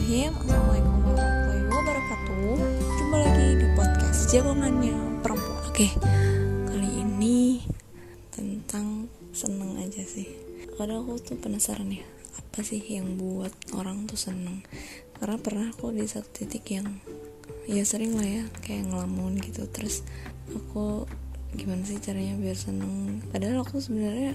Bismillahirrahmanirrahim. Assalamualaikum warahmatullahi wabarakatuh. Jumpa lagi di podcast Jagongannya Perempuan. Oke, kali ini tentang seneng aja sih. Kadang aku tuh penasaran ya, apa sih yang buat orang tuh seneng. Karena pernah aku di satu titik yang ya sering lah ya, kayak ngelamun gitu. Terus aku gimana sih caranya biar seneng. Padahal aku sebenarnya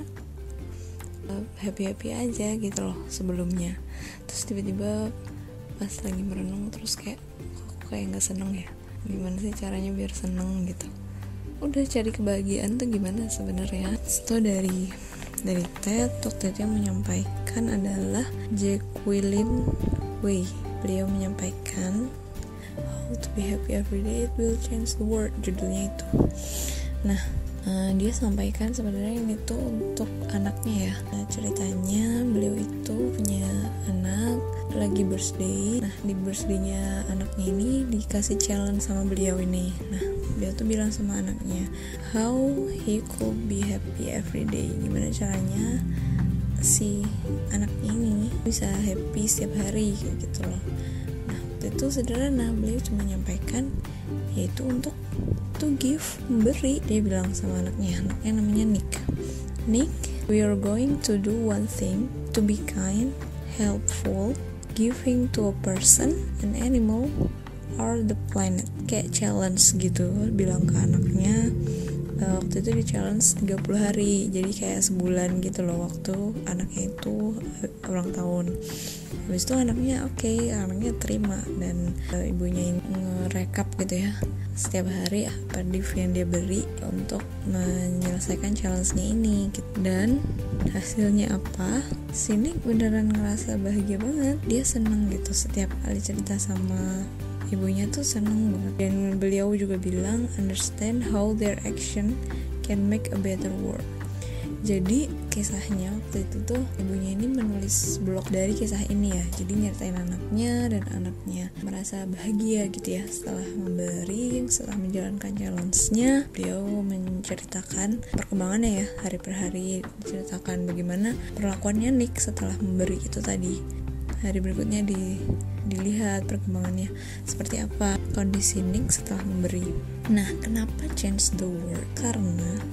happy aja gitu loh sebelumnya. Terus tiba-tiba pas lagi merenung terus kayak aku kayak nggak seneng ya. Gimana sih caranya biar seneng gitu. Udah cari kebahagiaan tuh gimana sebenarnya. Itu dari TED waktu itu yang menyampaikan adalah Jacqueline Way. Beliau menyampaikan How to be happy every day, it will change the world, judulnya itu. Nah, dia sampaikan sebenarnya ini tuh untuk anaknya ya. Nah, ceritanya beliau itu punya anak lagi birthday. Nah, di birthday-nya anaknya ini dikasih challenge sama beliau ini. Nah, beliau tuh bilang sama anaknya, how he could be happy every day. Gimana caranya si anaknya ini bisa happy setiap hari kayak gitu loh. Nah, itu sederhana, beliau cuma menyampaikan yaitu untuk to give, memberi. Dia bilang sama anaknya namanya Nick, we are going to do one thing, to be kind, helpful, giving to a person, an animal, or the planet. Kayak challenge gitu, bilang ke anaknya. Waktu itu di challenge 30 hari, jadi kayak sebulan gitu loh waktu anaknya itu ulang tahun. Habis itu anaknya anaknya terima, dan ibunya ngerekap gitu ya setiap hari apa div yang dia beri untuk menyelesaikan challenge-nya ini gitu. Dan hasilnya apa? Sini beneran ngerasa bahagia banget, dia seneng gitu setiap kali cerita sama ibunya tuh seneng banget. Dan beliau juga bilang understand how their action can make a better world. Jadi kisahnya waktu itu tuh ibunya ini menulis blog dari kisah ini ya. Jadi nyeritain anaknya, dan anaknya merasa bahagia gitu ya setelah memberi, setelah menjalankan challenge-nya. Beliau menceritakan perkembangannya ya hari per hari, diceritakan bagaimana perlakuannya Nick setelah memberi itu tadi. Hari berikutnya dilihat perkembangannya seperti apa kondisi Nick setelah memberi. Nah, kenapa change the world? Karena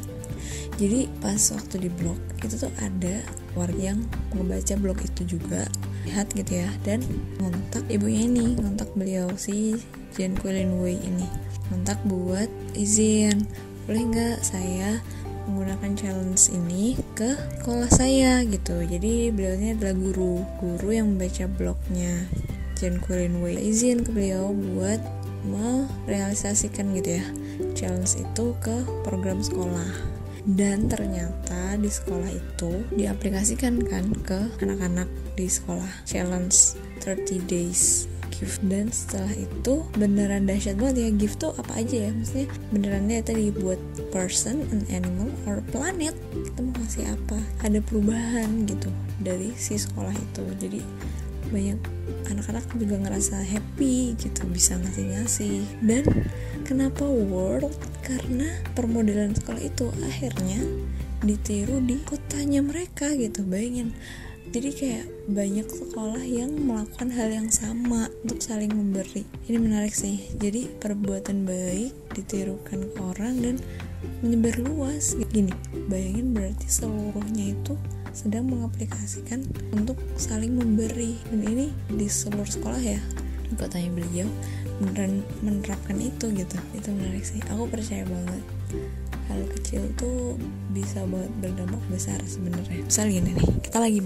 jadi pas waktu di blog itu tuh ada warga yang ngebaca blog itu juga, lihat gitu ya, dan ngontak ibunya ini, ngontak beliau si Jacqueline Way ini, ngontak buat izin, boleh nggak saya menggunakan challenge ini ke sekolah saya gitu. Jadi beliau ini adalah guru yang membaca blognya Jacqueline Way, izin ke beliau buat merealisasikan gitu ya challenge itu ke program sekolah. Dan ternyata di sekolah itu diaplikasikan kan ke anak-anak di sekolah challenge 30 days gift. Dan setelah itu beneran dahsyat banget ya. Gift tuh apa aja ya, maksudnya beneran dia tadi buat person, an animal, or planet. Kita mau kasih apa, ada perubahan gitu dari si sekolah itu. Jadi banyak anak-anak juga ngerasa happy gitu, bisa ngasih. Dan kenapa world? Karena permodelan sekolah itu akhirnya ditiru di kotanya mereka gitu. Bayangin, jadi kayak banyak sekolah yang melakukan hal yang sama untuk saling memberi. Ini menarik sih. Jadi perbuatan baik ditirukan ke orang dan menyebar luas. Gini, bayangin berarti seluruhnya itu sedang mengaplikasikan untuk saling memberi. Dan ini di seluruh sekolah ya, di kotanya beliau beneran menerapkan itu gitu. Itu menarik sih. Aku percaya banget hal kecil tuh bisa banget berdampak besar sebenarnya. Misal gini nih, kita lagi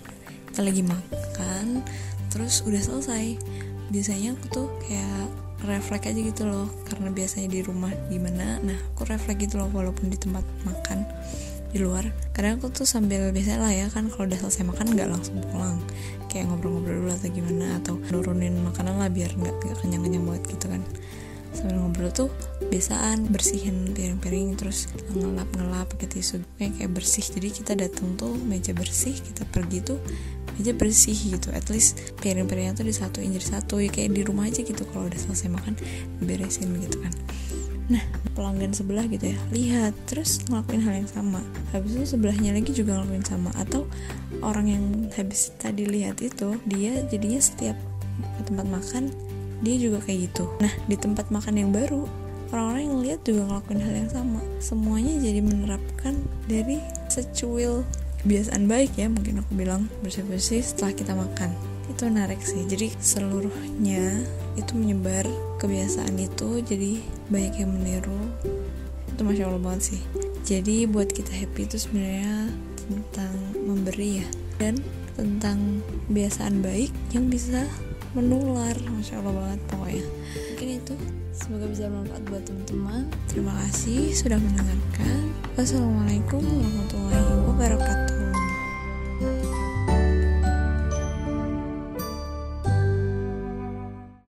makan terus udah selesai, biasanya aku tuh kayak refleks aja gitu loh, karena biasanya di rumah gimana, nah aku refleks gitu loh walaupun di tempat makan di luar. Kadang aku tuh sambil, biasa lah ya kan kalau udah selesai makan nggak langsung pulang, kayak ngobrol-ngobrol dulu atau gimana, atau nurunin makanan lah biar nggak kenyang-kenyang banget gitu kan. Sambil ngobrol tuh biasaan bersihin piring-piring, terus ngelap pakai tisu kayak bersih. Jadi kita datang tuh meja bersih, kita pergi tuh meja bersih gitu. At least piring-piringnya tuh disatuin jadi satu ya, kayak di rumah aja gitu. Kalau udah selesai makan diberesin gitu kan. Nah, pelanggan sebelah gitu ya, lihat terus ngelakuin hal yang sama, habis itu sebelahnya lagi juga ngelakuin sama. Atau orang yang habis tadi lihat itu, dia jadinya setiap ke tempat makan, dia juga kayak gitu. Nah di tempat makan yang baru, orang-orang yang lihat juga ngelakuin hal yang sama. Semuanya jadi menerapkan dari secuil kebiasaan baik ya, mungkin aku bilang, bersih-bersih setelah kita makan. Itu menarik sih. Jadi seluruhnya itu menyebar kebiasaan itu, jadi banyak yang meniru. Itu Masya Allah banget sih. Jadi buat kita happy itu sebenarnya tentang memberi ya, dan tentang kebiasaan baik yang bisa menular. Masya Allah banget pokoknya. Mungkin itu, semoga bisa bermanfaat buat teman-teman. Terima kasih sudah mendengarkan. Wassalamualaikum warahmatullahi wabarakatuh.